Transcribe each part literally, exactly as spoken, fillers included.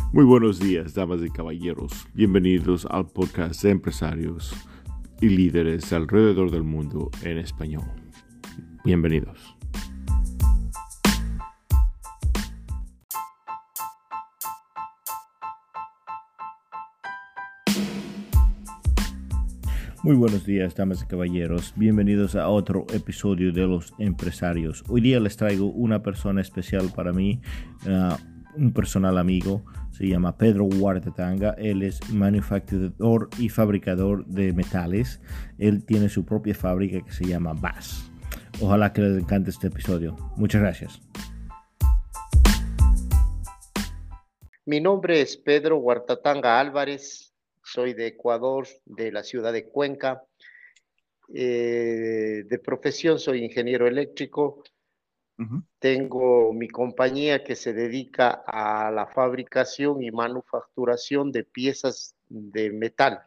Muy buenos días, damas y caballeros. Bienvenidos al podcast de empresarios y líderes alrededor del mundo en español. Bienvenidos. Muy buenos días, damas y caballeros. Bienvenidos a otro episodio de Los Empresarios. Hoy día les traigo una persona especial para mí, uh, un personal amigo. Se llama Pedro Huartatanga. Él es manufacturador y fabricador de metales. Él tiene su propia fábrica que se llama B A S. Ojalá que les encante este episodio. Muchas gracias. Mi nombre es Pedro Huartatanga Álvarez. Soy de Ecuador, de la ciudad de Cuenca. Eh, de profesión soy ingeniero eléctrico. Uh-huh. Tengo mi compañía que se dedica a la fabricación y manufacturación de piezas de metal.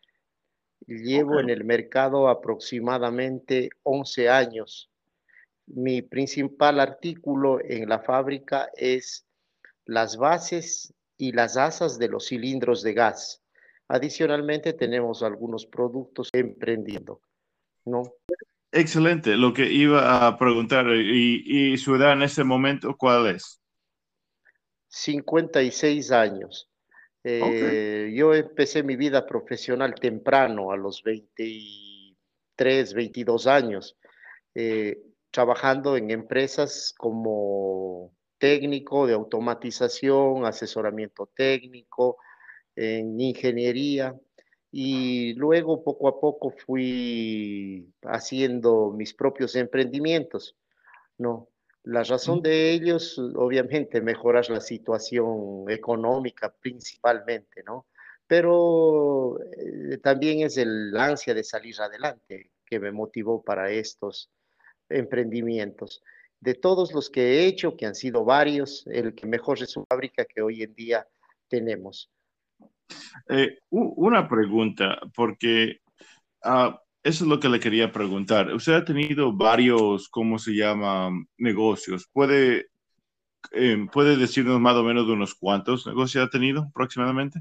Llevo okay. en el mercado aproximadamente once años. Mi principal artículo en la fábrica es las bases y las asas de los cilindros de gas. Adicionalmente tenemos algunos productos emprendiendo, ¿no? Excelente, lo que iba a preguntar, ¿y, y su edad en ese momento cuál es? cincuenta y seis años. Eh, okay. Yo empecé mi vida profesional temprano, a los veintitrés, veintidós años, eh, trabajando en empresas como técnico de automatización, asesoramiento técnico, en ingeniería, y luego poco a poco fui haciendo mis propios emprendimientos, ¿no? La razón de ellos, obviamente, mejorar la situación económica principalmente, ¿no? Pero eh, también es el ansia de salir adelante que me motivó para estos emprendimientos. De todos los que he hecho, que han sido varios, el que mejor es su fábrica que hoy en día tenemos. Eh, una pregunta, porque uh, eso es lo que le quería preguntar. Usted ha tenido varios, ¿cómo se llama?, negocios. ¿Puede, eh, ¿puede decirnos más o menos de unos cuántos negocios ha tenido aproximadamente?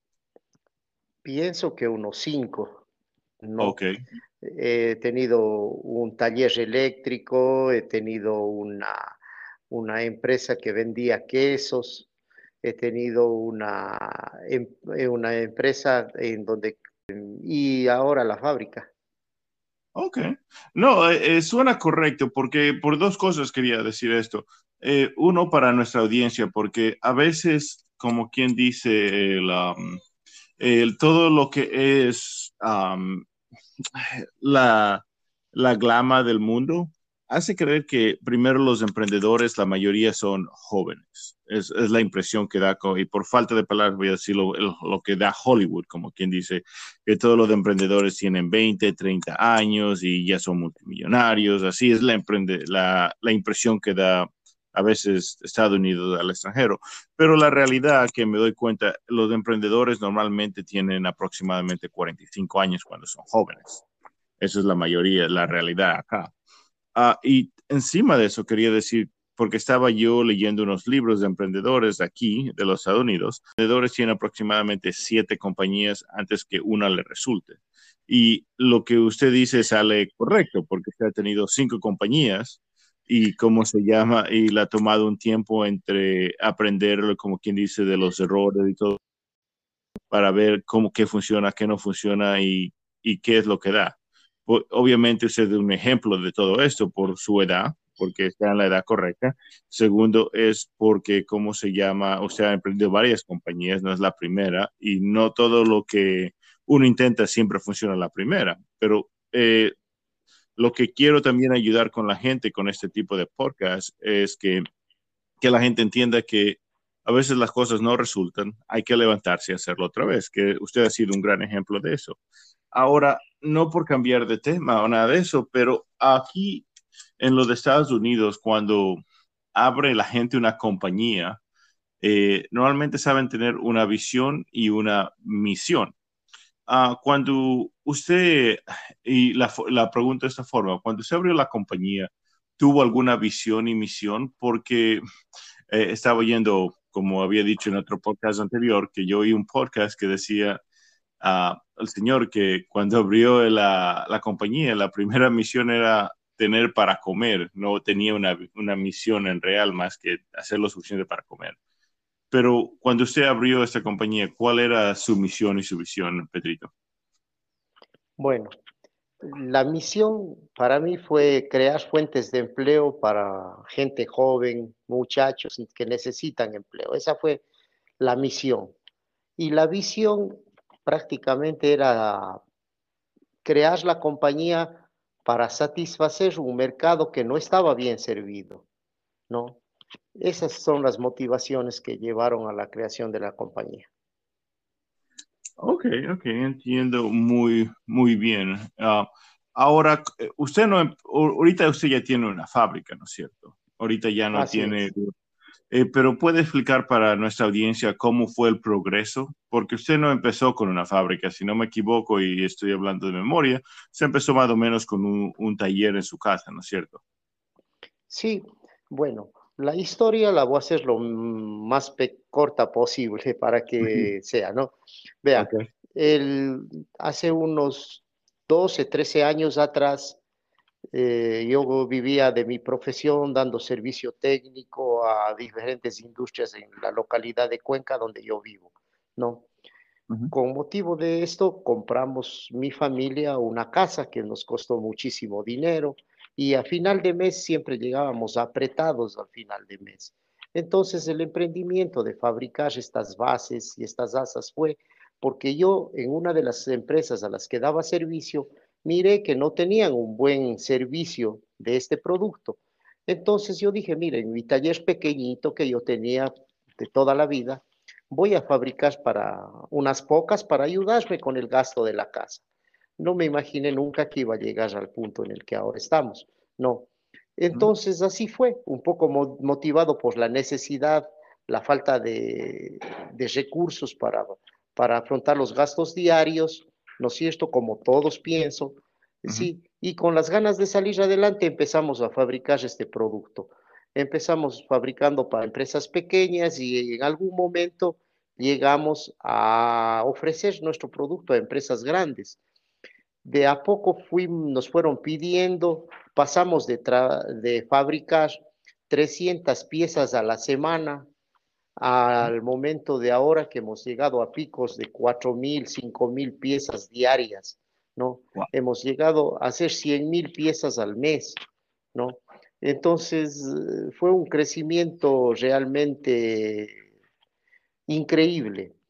Pienso que unos cinco, ¿no? Ok. He tenido un taller eléctrico, he tenido una, una empresa que vendía quesos, he tenido una, una empresa en donde, y ahora la fábrica. Ok. No, eh, suena correcto porque por dos cosas quería decir esto. Eh, uno, para nuestra audiencia, porque a veces, como quien dice, el, um, el, todo lo que es um, la, la glama del mundo hace creer que primero los emprendedores, la mayoría son jóvenes. Es, es la impresión que da, y por falta de palabras voy a decir lo, lo que da Hollywood, como quien dice, que todos los emprendedores tienen veinte, treinta años y ya son multimillonarios. Así es la, emprende, la, la impresión que da a veces Estados Unidos al extranjero. Pero la realidad que me doy cuenta, los emprendedores normalmente tienen aproximadamente cuarenta y cinco años cuando son jóvenes. Eso es la mayoría, la realidad acá. Uh, y encima de eso quería decir, porque estaba yo leyendo unos libros de emprendedores de aquí, de los Estados Unidos. Los emprendedores tienen aproximadamente siete compañías antes que una le resulte. Y lo que usted dice sale correcto, porque usted ha tenido cinco compañías y cómo se llama, y le ha tomado un tiempo entre aprender, como quien dice, de los errores y todo, para ver cómo, qué funciona, qué no funciona y, y qué es lo que da. Obviamente usted es un ejemplo de todo esto por su edad, porque está en la edad correcta. Segundo es porque, ¿cómo se llama? Usted ha emprendido varias compañías, no es la primera, y no todo lo que uno intenta siempre funciona la primera. Pero eh, lo que quiero también ayudar con la gente con este tipo de podcast es que, que la gente entienda que a veces las cosas no resultan, hay que levantarse y hacerlo otra vez, que usted ha sido un gran ejemplo de eso. Ahora, no por cambiar de tema o nada de eso, pero aquí en los de Estados Unidos, cuando abre la gente una compañía, eh, normalmente saben tener una visión y una misión. Uh, cuando usted, y la, la pregunta de esta forma, cuando usted abrió la compañía, ¿tuvo alguna visión y misión? Porque eh, estaba oyendo como había dicho en otro podcast anterior, que yo oí un podcast que decía uh, el señor que cuando abrió la, la compañía, la primera misión era tener para comer, no tenía una, una misión en real más que hacer lo suficiente para comer. Pero cuando usted abrió esta compañía, ¿cuál era su misión y su visión, Pedrito? Bueno, la misión para mí fue crear fuentes de empleo para gente joven, muchachos que necesitan empleo. Esa fue la misión. Y la visión prácticamente era crear la compañía para satisfacer un mercado que no estaba bien servido, ¿no? Esas son las motivaciones que llevaron a la creación de la compañía. Ok, ok, entiendo muy, muy bien. Uh, ahora, usted no, ahorita usted ya tiene una fábrica, ¿no es cierto? Ahorita ya no Así tiene, es. eh, pero ¿puede explicar para nuestra audiencia cómo fue el progreso? Porque usted no empezó con una fábrica, si no me equivoco y estoy hablando de memoria, se empezó más o menos con un, un taller en su casa, ¿no es cierto? Sí, bueno, la historia la voy a hacer lo más corta posible para que sea, ¿no? Vea, Okay. el, hace unos doce, trece años atrás, eh, yo vivía de mi profesión dando servicio técnico a diferentes industrias en la localidad de Cuenca donde yo vivo, ¿no? Uh-huh. Con motivo de esto, compramos mi familia una casa que nos costó muchísimo dinero y a final de mes siempre llegábamos apretados al final de mes. Entonces el emprendimiento de fabricar estas bases y estas asas fue porque yo en una de las empresas a las que daba servicio miré que no tenían un buen servicio de este producto. Entonces yo dije, miren, mi taller pequeñito que yo tenía de toda la vida, voy a fabricar para unas pocas para ayudarme con el gasto de la casa. No me imaginé nunca que iba a llegar al punto en el que ahora estamos. No. Entonces así fue, un poco motivado por la necesidad, la falta de, de recursos para, para afrontar los gastos diarios, ¿no es cierto? Como todos pienso, Uh-huh. sí, y con las ganas de salir adelante empezamos a fabricar este producto. Empezamos fabricando para empresas pequeñas y en algún momento llegamos a ofrecer nuestro producto a empresas grandes. De a poco fuimos, nos fueron pidiendo, pasamos de, de fabricar trescientas piezas a la semana al momento de ahora que hemos llegado a picos de cuatro mil, cinco mil piezas diarias, ¿no? Wow. Hemos llegado a hacer cien mil piezas al mes, ¿no? Entonces, fue un crecimiento realmente increíble.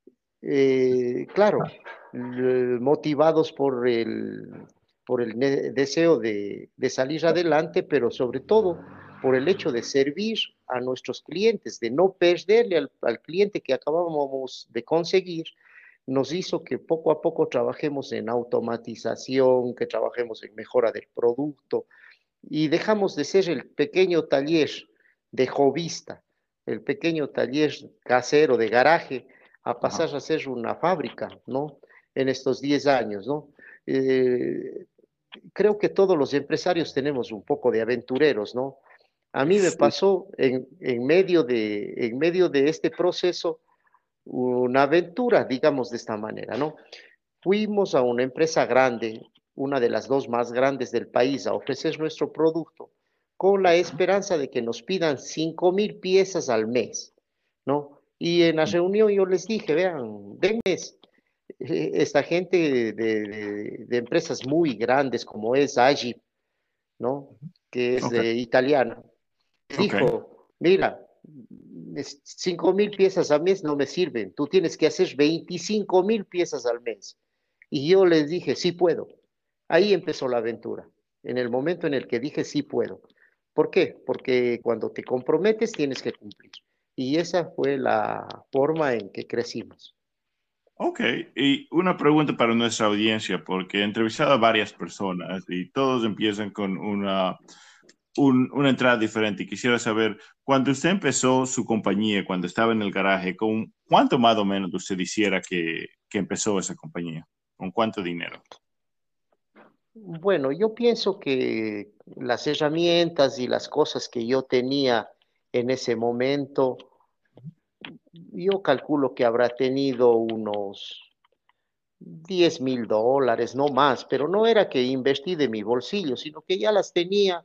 Eh, claro, motivados por el, por el deseo de, de, salir adelante, pero sobre todo por el hecho de servir a nuestros clientes, de no perderle al, al cliente que acabábamos de conseguir, nos hizo que poco a poco trabajemos en automatización, que trabajemos en mejora del producto y dejamos de ser el pequeño taller de jovista, el pequeño taller casero de garaje, a pasar Uh-huh. a ser una fábrica, ¿no? En estos diez años, ¿no? Eh, creo que todos los empresarios tenemos un poco de aventureros, ¿no? A mí me Sí. pasó en, en, medio de, en medio de este proceso una aventura, digamos de esta manera, ¿no? Fuimos a una empresa grande, una de las dos más grandes del país, a ofrecer nuestro producto con la esperanza de que nos pidan cinco mil piezas al mes, ¿no? Y en la reunión yo les dije, vean, denme esta gente de, de, de empresas muy grandes como es Agip, ¿no? Que es Okay. de italiana. Okay. Dijo, mira, cinco mil piezas al mes no me sirven, tú tienes que hacer veinticinco mil piezas al mes. Y yo les dije, sí puedo. Ahí empezó la aventura, en el momento en el que dije, sí puedo. ¿Por qué? Porque cuando te comprometes tienes que cumplir. Y esa fue la forma en que crecimos. Ok, y una pregunta para nuestra audiencia, porque he entrevistado a varias personas y todos empiezan con una, un- una entrada diferente. Y quisiera saber, cuando usted empezó su compañía, cuando estaba en el garaje, ¿con cuánto más o menos usted hiciera que, que empezó esa compañía? ¿Con cuánto dinero? Bueno, yo pienso que las herramientas y las cosas que yo tenía en ese momento yo calculo que habrá tenido unos diez mil dólares, no más, pero no era que invertí de mi bolsillo, sino que ya las tenía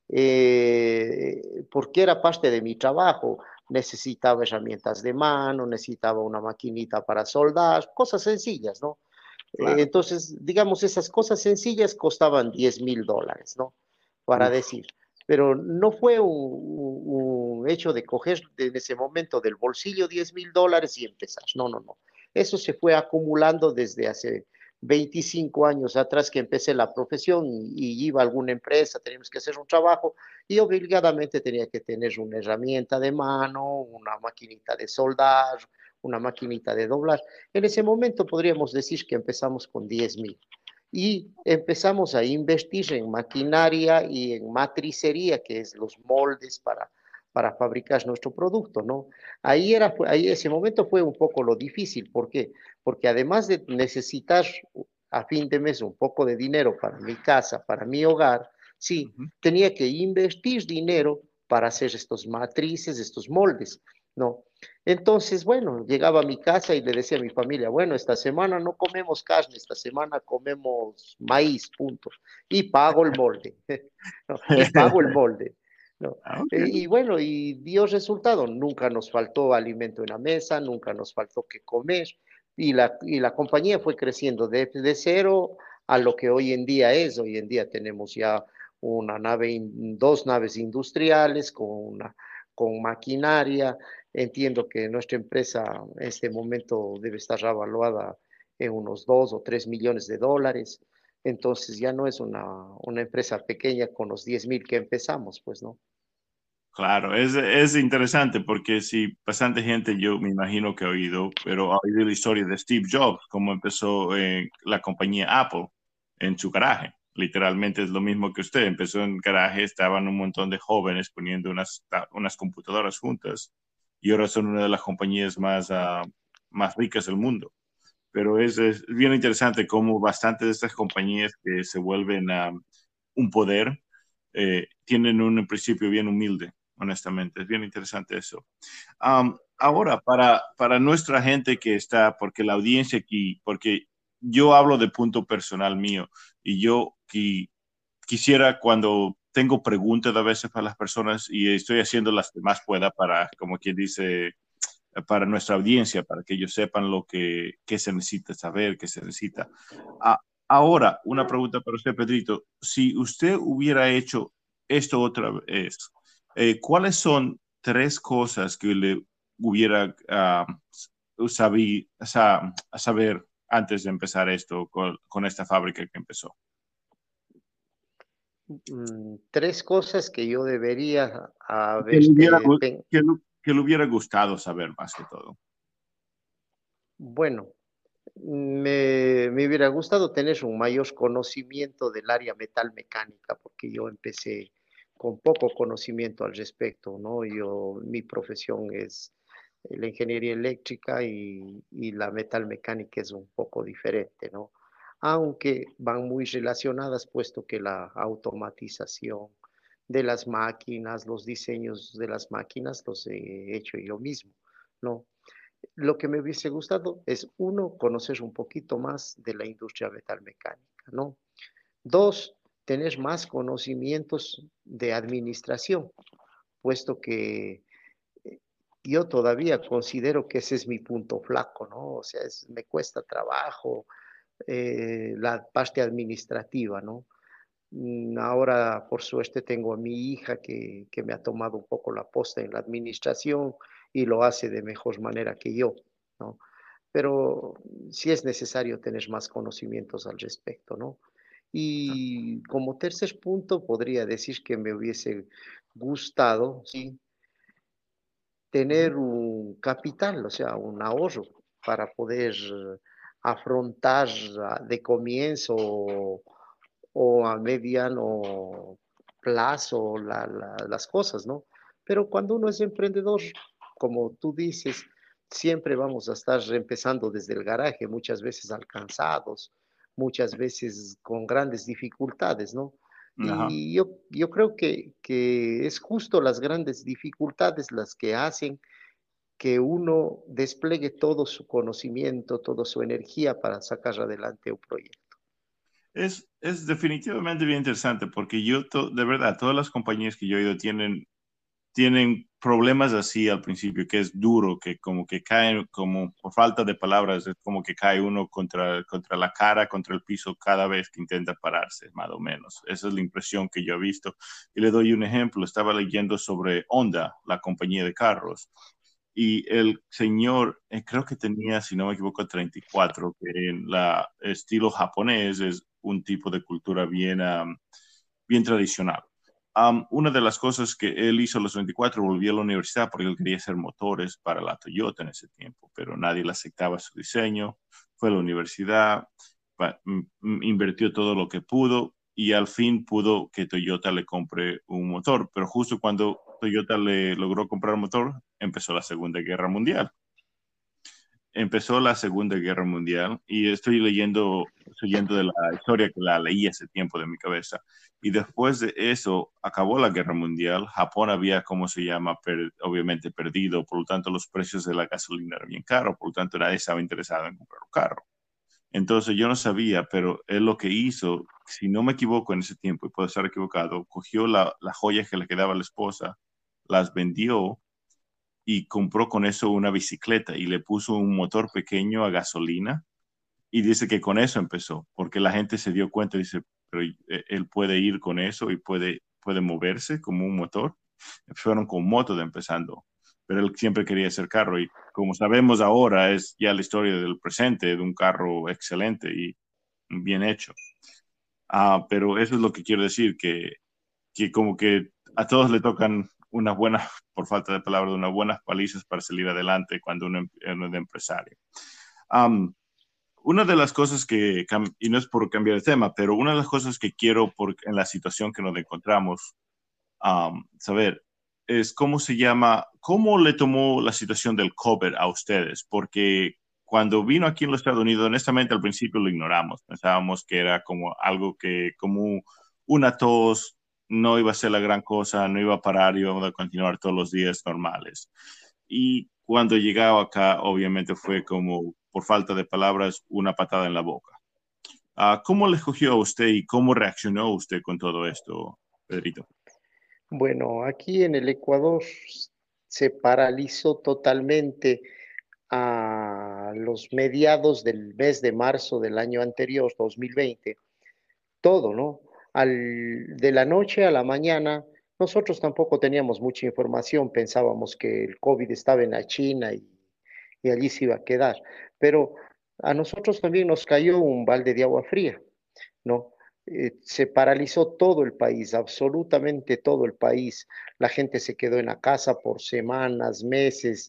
eh, porque era parte de mi trabajo. Necesitaba herramientas de mano, necesitaba una maquinita para soldar, cosas sencillas, ¿no? Eh, Claro. entonces, digamos, esas cosas sencillas costaban diez mil dólares, ¿no? Para Uf, decir. Pero no fue un, un hecho de coger en ese momento del bolsillo diez mil dólares y empezar. No, no, no. Eso se fue acumulando desde hace veinticinco años atrás que empecé la profesión y, y iba a alguna empresa, teníamos que hacer un trabajo y obligadamente tenía que tener una herramienta de mano, una maquinita de soldar, una maquinita de doblar. En ese momento podríamos decir que empezamos con diez mil y empezamos a invertir en maquinaria y en matricería, que es los moldes para, para fabricar nuestro producto, ¿no? Ahí era, ahí ese momento fue un poco lo difícil, ¿por qué? Porque además de necesitar a fin de mes un poco de dinero para mi casa, para mi hogar, sí, ujú. tenía que invertir dinero para hacer estos matrices, estos moldes, ¿no? Entonces, bueno, llegaba a mi casa y le decía a mi familia, bueno, esta semana no comemos carne, esta semana comemos maíz, punto. Y pago el molde, ¿no? Y pago el molde, ¿no? Ah, ok. Eh, Y bueno, y dio resultado, nunca nos faltó alimento en la mesa, nunca nos faltó que comer, y la, y la compañía fue creciendo de, de cero a lo que hoy en día es. Hoy en día tenemos ya una nave, dos naves industriales con, una, con maquinaria. Entiendo que nuestra empresa en este momento debe estar evaluada en unos dos o tres millones de dólares. Entonces ya no es una, una empresa pequeña con los diez mil que empezamos, pues, ¿no? Claro, es, es interesante porque sí, bastante gente yo me imagino que ha oído, pero ha oído la historia de Steve Jobs, cómo empezó eh, la compañía Apple en su garaje. Literalmente es lo mismo que usted, empezó en garaje, estaban un montón de jóvenes poniendo unas, unas computadoras juntas y ahora son una de las compañías más, uh, más ricas del mundo. Pero es, es bien interesante cómo bastantes de estas compañías que se vuelven uh, un poder eh, tienen un principio bien humilde, honestamente. Es bien interesante eso. Um, ahora, para, para nuestra gente que está, porque la audiencia aquí, porque yo hablo de punto personal mío y yo qui, quisiera cuando tengo preguntas a veces para las personas y estoy haciendo las que más pueda para, como quien dice, para nuestra audiencia, para que ellos sepan lo que, que se necesita saber, que se necesita. Ah, ahora, una pregunta para usted, Pedrito. Si usted hubiera hecho esto otra vez, eh, ¿cuáles son tres cosas que le hubiera uh, sabí, o sea, saber antes de empezar esto con, con esta fábrica que empezó? Mm, tres cosas que yo debería Que le hubiera, haberte, pen- que, que le hubiera gustado saber más que todo. bueno, me, me hubiera gustado tener un mayor conocimiento del área metal mecánica, porque yo empecé con poco conocimiento al respecto, ¿no? Yo, mi profesión es la ingeniería eléctrica y, y la metal mecánica es un poco diferente, ¿no? Aunque van muy relacionadas, puesto que la automatización de las máquinas, los diseños de las máquinas los he hecho yo mismo, ¿no? Lo que me hubiese gustado es, uno, conocer un poquito más de la industria metalmecánica, ¿no? Dos, tener más conocimientos de administración, puesto que eh, yo todavía considero que ese es mi punto flaco, ¿no? O sea, es, me cuesta trabajo eh, la parte administrativa, ¿no? Mm, Ahora, por suerte, tengo a mi hija que, que me ha tomado un poco la posta en la administración y lo hace de mejor manera que yo, ¿no? Pero sí es necesario tener más conocimientos al respecto, ¿no? Y como tercer punto, podría decir que me hubiese gustado, sí, Ujú. tener un capital, o sea, un ahorro para poder afrontar ah, de comienzo o a mediano plazo la, la, las cosas, ¿no? Pero cuando uno es emprendedor, como tú dices, siempre vamos a estar empezando desde el garaje, muchas veces alcanzados, muchas veces con grandes dificultades, ¿no? Ajá. Y yo, yo creo que, que es justo las grandes dificultades las que hacen que uno despliegue todo su conocimiento, toda su energía para sacar adelante un proyecto. Es, es definitivamente bien interesante porque yo, to- de verdad, todas las compañías que yo he ido tienen, tienen problemas así al principio, que es duro, que como que caen, como por falta de palabras, es como que cae uno contra, contra la cara, contra el piso cada vez que intenta pararse, más o menos. Esa es la impresión que yo he visto. Y le doy un ejemplo. Estaba leyendo sobre Honda, la compañía de carros. Y el señor, eh, creo que tenía, si no me equivoco, treinta y cuatro, que en la estilo japonés es un tipo de cultura bien, um, bien tradicional. Um, una de las cosas que él hizo a los veinticuatro, volvió a la universidad porque él quería hacer motores para la Toyota en ese tiempo, pero nadie le aceptaba su diseño. Fue a la universidad, pa, m, invirtió todo lo que pudo y al fin pudo que Toyota le compre un motor. Pero justo cuando Toyota le logró comprar un motor, empezó la Segunda Guerra Mundial. Empezó la Segunda Guerra Mundial y estoy leyendo, estoy leyendo de la historia que la leí hace tiempo de mi cabeza. Y después de eso, acabó la Guerra Mundial. Japón había, ¿cómo se llama? Per, obviamente perdido, por lo tanto los precios de la gasolina eran bien caros, por lo tanto nadie estaba interesado en comprar un carro. Entonces yo no sabía, pero él lo que hizo, si no me equivoco en ese tiempo, y puedo estar equivocado, cogió la, la joya que le quedaba a la esposa, las vendió y compró con eso una bicicleta y le puso un motor pequeño a gasolina y dice que con eso empezó, porque la gente se dio cuenta, dice, pero él puede ir con eso y puede, puede moverse como un motor. Fueron con moto de empezando, pero él siempre quería hacer carro y como sabemos ahora es ya la historia del presente de un carro excelente y bien hecho. Ah, pero eso es lo que quiero decir, que, que como que a todos le tocan unas buenas, por falta de palabras, unas buenas palizas para salir adelante cuando uno, uno es de empresario. Um, una de las cosas que, y no es por cambiar de tema, pero una de las cosas que quiero por, en la situación que nos encontramos, um, saber, es cómo se llama, cómo le tomó la situación del COVID a ustedes, porque cuando vino aquí en los Estados Unidos, honestamente al principio lo ignoramos, pensábamos que era como algo que, como una tos, no iba a ser la gran cosa, no iba a parar, íbamos a continuar todos los días normales. Y cuando llegaba acá, obviamente fue como, por falta de palabras, una patada en la boca. Uh, ¿Cómo le escogió a usted y cómo reaccionó usted con todo esto, Pedrito? Bueno, aquí en el Ecuador se paralizó totalmente a los mediados del mes de marzo del año anterior, dos mil veinte, todo, ¿no? Al, de la noche a la mañana, nosotros tampoco teníamos mucha información, pensábamos que el COVID estaba en la China y, y allí se iba a quedar, pero a nosotros también nos cayó un balde de agua fría, ¿no? Eh, se paralizó todo el país, absolutamente todo el país. La gente se quedó en la casa por semanas, meses,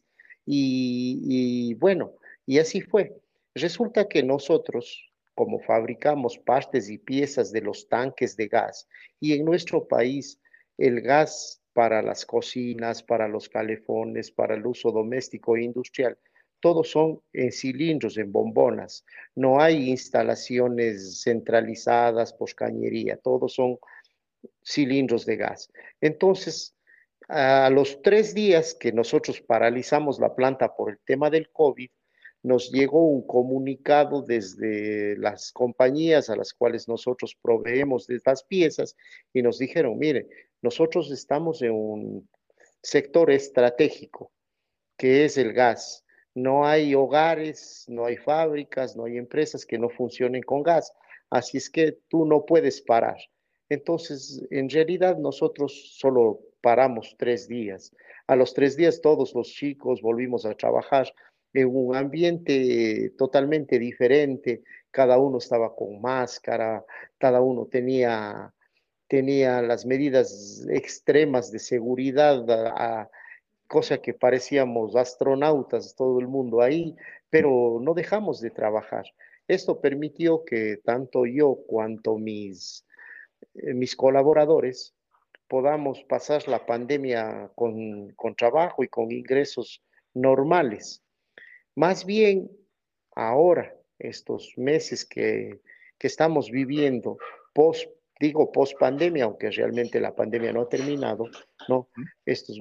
y, y bueno, y así fue. Resulta que nosotros, como fabricamos partes y piezas de los tanques de gas, y en nuestro país el gas para las cocinas, para los calefones, para el uso doméstico e industrial, todos son en cilindros, en bombonas. No hay instalaciones centralizadas por cañería, todos son cilindros de gas. Entonces, a los tres días que nosotros paralizamos la planta por el tema del COVID, nos llegó un comunicado desde las compañías a las cuales nosotros proveemos de estas piezas y nos dijeron, mire, nosotros estamos en un sector estratégico que es el gas. No hay hogares, no hay fábricas, no hay empresas que no funcionen con gas. Así es que tú no puedes parar. Entonces, en realidad nosotros solo paramos tres días. A los tres días todos los chicos volvimos a trabajar en un ambiente totalmente diferente. Cada uno estaba con máscara, cada uno tenía, tenía las medidas extremas de seguridad a, a cosa que parecíamos astronautas todo el mundo ahí, pero no dejamos de trabajar. Esto permitió que tanto yo cuanto mis, eh, mis colaboradores podamos pasar la pandemia con, con trabajo y con ingresos normales. Más bien, ahora, estos meses que, que estamos viviendo, post, digo post pandemia, aunque realmente la pandemia no ha terminado, ¿no? Estos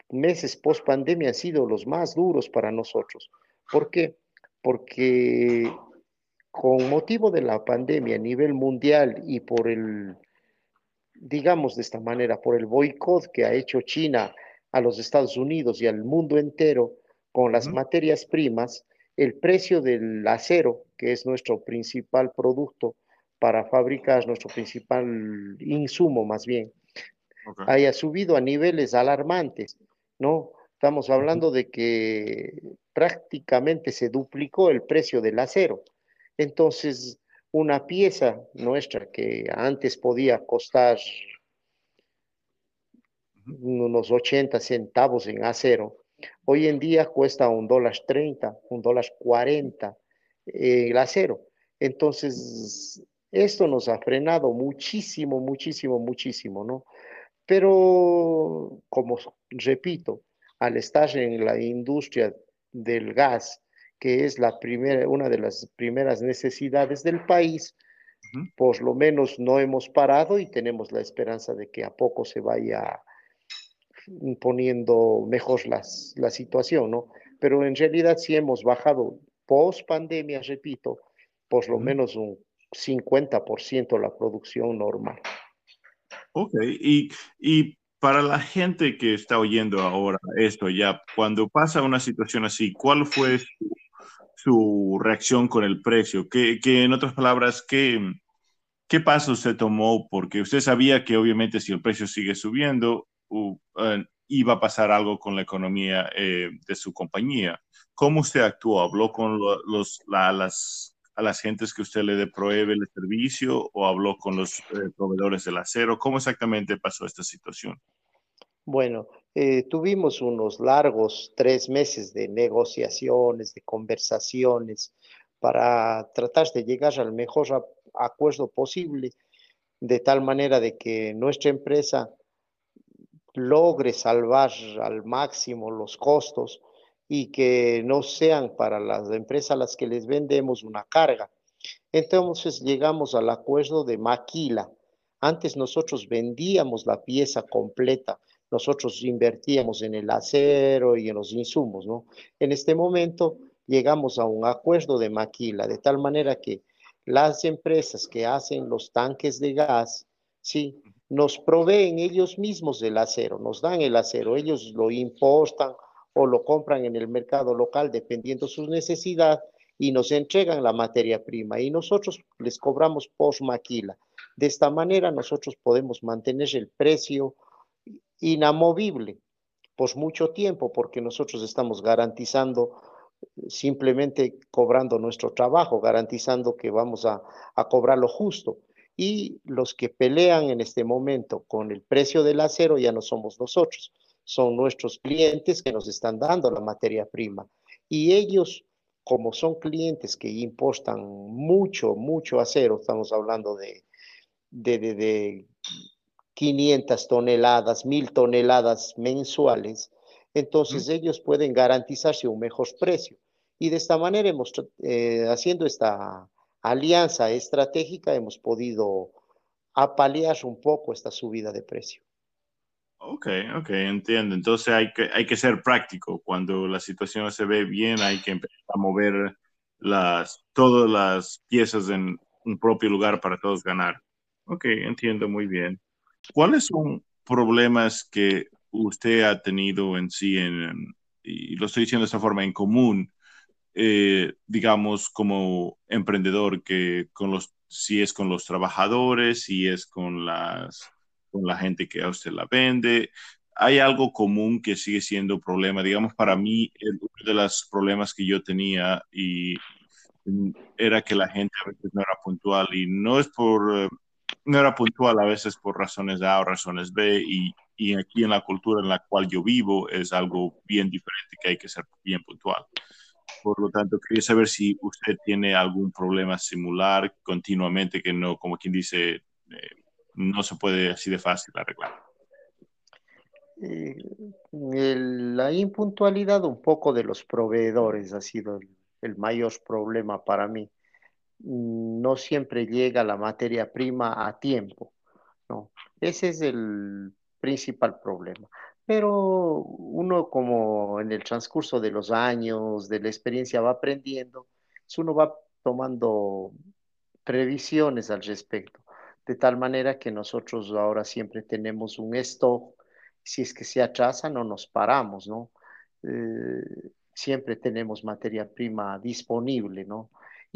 meses post pandemia han sido los más duros para nosotros. ¿Por qué? Porque con motivo de la pandemia a nivel mundial y por el, digamos de esta manera, por el boicot que ha hecho China a los Estados Unidos y al mundo entero con las Ujú. materias primas, el precio del acero, que es nuestro principal producto para fabricar, nuestro principal insumo más bien, Ok. haya subido a niveles alarmantes, ¿no? Estamos Ujú. hablando de que prácticamente se duplicó el precio del acero. Entonces, una pieza nuestra que antes podía costar Ujú. unos ochenta centavos en acero, hoy en día cuesta un dólar treinta, un dólar cuarenta eh, el acero. Entonces, esto nos ha frenado muchísimo, muchísimo, muchísimo, ¿no? Pero, como repito, al estar en la industria del gas, que es la primera, una de las primeras necesidades del país, Ujú. por lo menos no hemos parado y tenemos la esperanza de que a poco se vaya poniendo mejor las, la situación, ¿no? Pero en realidad sí hemos bajado post pandemia, repito, por lo Ujú. menos un cincuenta por ciento la producción normal. Ok, y, y para la gente que está oyendo ahora esto ya, cuando pasa una situación así, ¿cuál fue su, su reacción con el precio? ¿Qué, qué, en otras palabras, qué, qué paso usted tomó? Porque usted sabía que obviamente si el precio sigue subiendo, uh, eh, iba a pasar algo con la economía eh, de su compañía. ¿Cómo usted actuó? ¿Habló con lo- los, la- las, a las gentes que usted le provee el servicio o habló con los eh, proveedores del acero? ¿Cómo exactamente pasó esta situación? Bueno, eh, tuvimos unos largos tres meses de negociaciones, de conversaciones, para tratar de llegar al mejor a- acuerdo posible, de tal manera de que nuestra empresa logre salvar al máximo los costos y que no sean para las empresas a las que les vendemos una carga. Entonces llegamos al acuerdo de maquila. Antes nosotros vendíamos la pieza completa, nosotros invertíamos en el acero y en los insumos, ¿no? En este momento llegamos a un acuerdo de maquila, de tal manera que las empresas que hacen los tanques de gas, sí, nos proveen ellos mismos el acero, nos dan el acero, ellos lo importan o lo compran en el mercado local dependiendo su necesidad y nos entregan la materia prima y nosotros les cobramos por maquila. De esta manera nosotros podemos mantener el precio inamovible por mucho tiempo porque nosotros estamos garantizando simplemente cobrando nuestro trabajo, garantizando que vamos a, a cobrar lo justo. Y los que pelean en este momento con el precio del acero ya no somos nosotros, son nuestros clientes que nos están dando la materia prima. Y ellos, como son clientes que importan mucho, mucho acero, estamos hablando de, de, de, de quinientas toneladas, mil toneladas mensuales, Ujú. entonces ellos pueden garantizarse un mejor precio. Y de esta manera, hemos, eh, haciendo esta alianza estratégica, hemos podido apalear un poco esta subida de precio. Ok, ok, entiendo. Entonces hay que, hay que ser práctico. Cuando la situación no se ve bien, hay que empezar a mover las, todas las piezas en un propio lugar para todos ganar. Ok, entiendo muy bien. ¿Cuáles son problemas que usted ha tenido en sí, en, y lo estoy diciendo de esta forma, en común, eh, digamos, como emprendedor, que con los, si es con los trabajadores, si es con las, con la gente que a usted la vende? ¿Hay algo común que sigue siendo problema? Digamos, para mí, el- uno de los problemas que yo tenía y mm, era que la gente a veces no era puntual y no es por, eh, no era puntual a veces por razones A o razones B y, y aquí en la cultura en la cual yo vivo es algo bien diferente que hay que ser bien puntual. Por lo tanto, quería saber si usted tiene algún problema similar continuamente que no, como quien dice, eh, no se puede así de fácil arreglar. Eh, el- la impuntualidad un poco de los proveedores ha sido el, el mayor problema para mí. No siempre llega la materia prima a tiempo, ¿no? Ese es el principal problema. pero uno como en el transcurso de los años, de la experiencia va aprendiendo, pues uno va tomando previsiones al respecto, de tal manera que nosotros ahora siempre tenemos un stock, si es que se atrasa no nos paramos, ¿no? Eh, Siempre tenemos materia prima disponible, ¿no?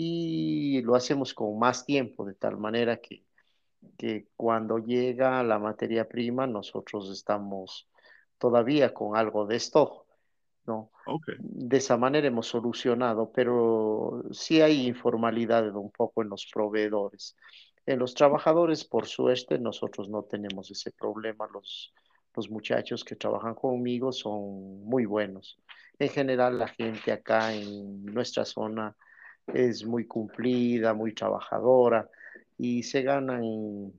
Y lo hacemos con más tiempo, de tal manera que que cuando llega la materia prima nosotros estamos todavía con algo de stock, ¿no? Ok, De esa manera hemos solucionado, pero sí hay informalidad un poco en los proveedores. En los trabajadores, por suerte, nosotros no tenemos ese problema. Los, los muchachos que trabajan conmigo son muy buenos. En general, la gente acá en nuestra zona es muy cumplida, muy trabajadora y se ganan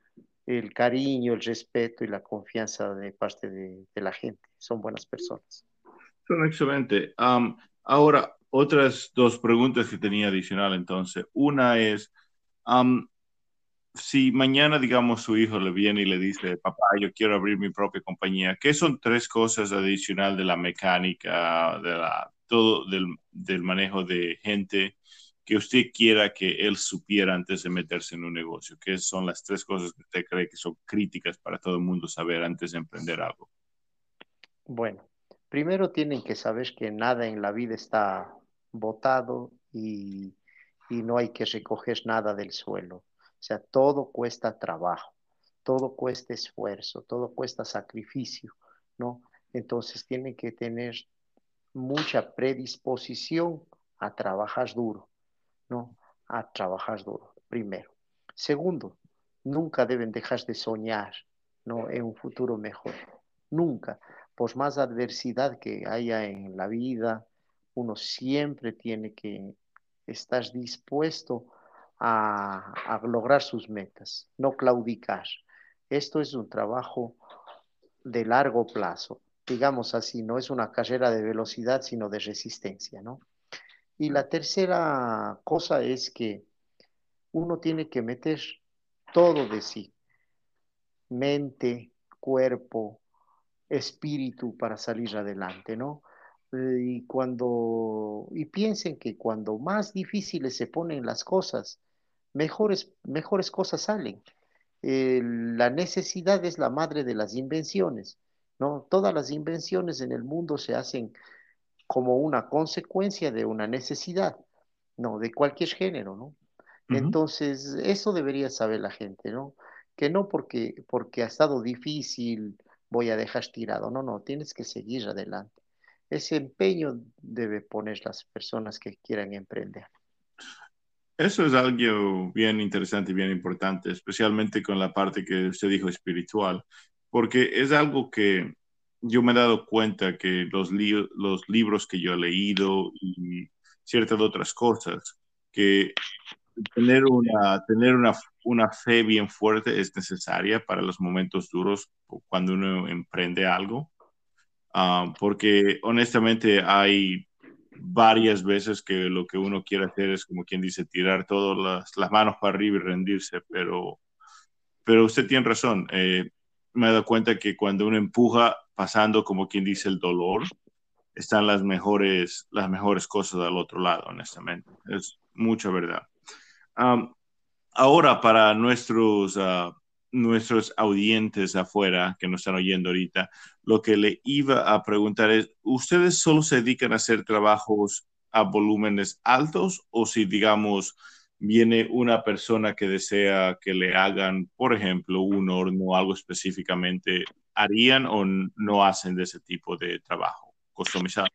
el cariño, el respeto y la confianza de parte de, de la gente. Son buenas personas. son excelente. Am, ahora, otras dos preguntas que tenía adicional entonces. Una es, am, si mañana, digamos, su hijo le viene y le dice, papá, yo quiero abrir mi propia compañía, ¿qué son tres cosas adicional de la mecánica, de la, todo del, del manejo de gente que usted quiera que él supiera antes de meterse en un negocio? ¿Qué son las tres cosas que usted cree que son críticas para todo el mundo saber antes de emprender algo? Bueno, primero tienen que saber que nada en la vida está botado y, y no hay que recoger nada del suelo. O sea, todo cuesta trabajo, todo cuesta esfuerzo, todo cuesta sacrificio, ¿no? Entonces tienen que tener mucha predisposición a trabajar duro, ¿no? A trabajar duro, primero. Segundo, nunca deben dejar de soñar, ¿no? En un futuro mejor. Nunca. Por más adversidad que haya en la vida, uno siempre tiene que estar dispuesto a, a lograr sus metas, no claudicar. Esto es un trabajo de largo plazo, digamos así, no es una carrera de velocidad, sino de resistencia, ¿no? Y la tercera cosa es que uno tiene que meter todo de sí, mente, cuerpo, espíritu para salir adelante, ¿no? Eh, Y cuando, y piensen que cuando más difíciles se ponen las cosas, mejores, mejores cosas salen. Eh, la necesidad es la madre de las invenciones, ¿no? Todas las invenciones en el mundo se hacen como una consecuencia de una necesidad, no, de cualquier género, ¿no? Ujú. Entonces, eso debería saber la gente, ¿no? Que no porque, porque ha estado difícil voy a dejar tirado, no, no, tienes que seguir adelante. Ese empeño debe poner las personas que quieran emprender. Eso es algo bien interesante y bien importante, especialmente con la parte que usted dijo espiritual, porque es algo que yo me he dado cuenta que los, li- los libros que yo he leído y ciertas otras cosas, que tener una, tener una, una fe bien fuerte es necesaria para los momentos duros cuando uno emprende algo. Ah, porque honestamente hay varias veces que lo que uno quiere hacer es como quien dice tirar todas las, las manos para arriba y rendirse, pero, pero usted tiene razón. Eh, me he dado cuenta que cuando uno empuja pasando como quien dice el dolor, están las mejores, las mejores cosas al otro lado, honestamente. Es mucha verdad. Um, Ahora, para nuestros, uh, nuestros audientes afuera que nos están oyendo ahorita, lo que le iba a preguntar es, ¿ustedes solo se dedican a hacer trabajos a volúmenes altos o si, digamos, viene una persona que desea que le hagan, por ejemplo, un horno o algo específicamente, harían o no hacen de ese tipo de trabajo customizado?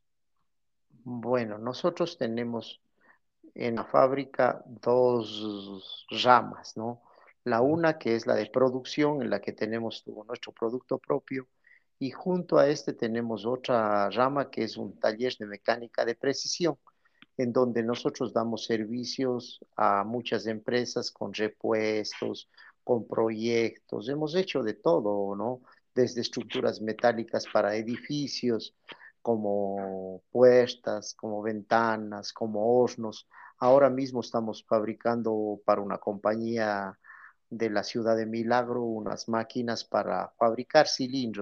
Bueno, nosotros tenemos en la fábrica dos ramas, ¿no? La una que es la de producción, en la que tenemos tu- nuestro producto propio, y junto a este tenemos otra rama que es un taller de mecánica de precisión, en donde nosotros damos servicios a muchas empresas con repuestos, con proyectos, hemos hecho de todo, ¿no? Desde estructuras metálicas para edificios, como puertas, como ventanas, como hornos. Ahora mismo estamos fabricando para una compañía de la ciudad de Milagro unas máquinas para fabricar cilindros.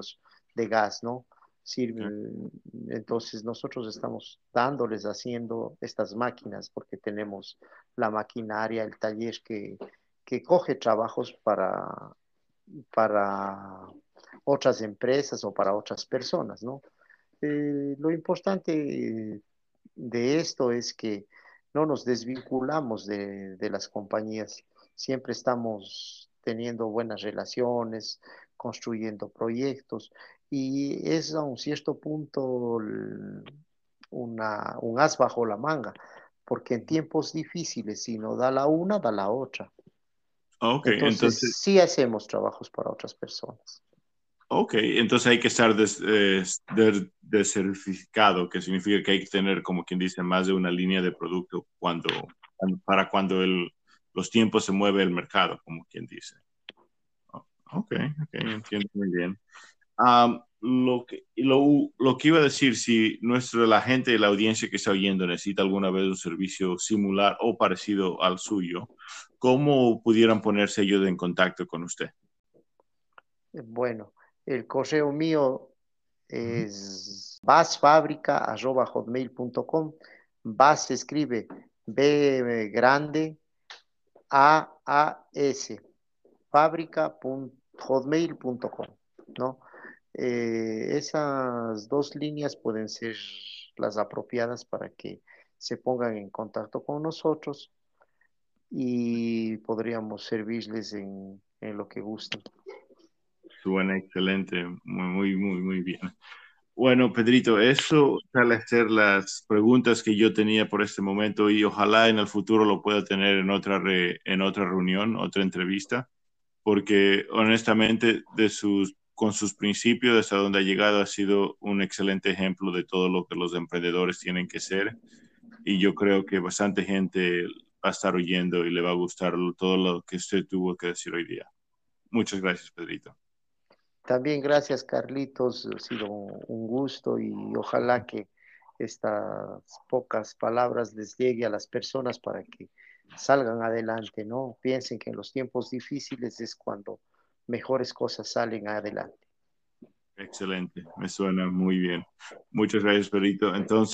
de gas, ¿no? Okay. Sirve, entonces nosotros estamos dándoles, haciendo estas máquinas porque tenemos la maquinaria, el taller que, que coge trabajos para, para otras empresas o para otras personas, ¿no? Eh, lo importante de esto es que no nos desvinculamos de, de las compañías, siempre estamos teniendo buenas relaciones, construyendo proyectos y es a un cierto punto l- una, un as bajo la manga, porque en tiempos difíciles, si no da la una, da la otra. Ok, Entonces, entonces, sí hacemos trabajos para otras personas. ok, entonces hay que estar des, eh, de- desertificado, que significa que hay que tener, como quien dice, más de una línea de producto cuando, para cuando el, los tiempos se mueve el mercado, como quien dice. Oh, ok, ok, entiendo muy bien. Um, lo que, lo, lo que iba a decir, si nuestra, la gente y la audiencia que está oyendo necesita alguna vez un servicio similar o parecido al suyo, ¿cómo pudieran ponerse ellos en contacto con usted? Bueno, el correo mío es basfabrica.hotmail.com. Bas se escribe B grande A A S, fábrica.hotmail.com, ¿no? Eh, esas dos líneas pueden ser las apropiadas para que se pongan en contacto con nosotros y podríamos servirles en, en lo que gusten. Suena excelente, muy, muy, muy, muy bien. Bueno, Pedrito, eso sale a ser las preguntas que yo tenía por este momento y ojalá en el futuro lo pueda tener en otra, re, en otra reunión, otra entrevista, porque honestamente de sus, con sus principios hasta donde ha llegado ha sido un excelente ejemplo de todo lo que los emprendedores tienen que ser y yo creo que bastante gente va a estar oyendo y le va a gustar todo lo que usted tuvo que decir hoy día. Muchas gracias, Pedrito. También gracias, Carlitos. Ha sido un gusto y ojalá que estas pocas palabras les llegue a las personas para que salgan adelante, ¿no? Piensen que en los tiempos difíciles es cuando mejores cosas salen adelante. Excelente, me suena muy bien. Muchas gracias, Pedrito. Entonces,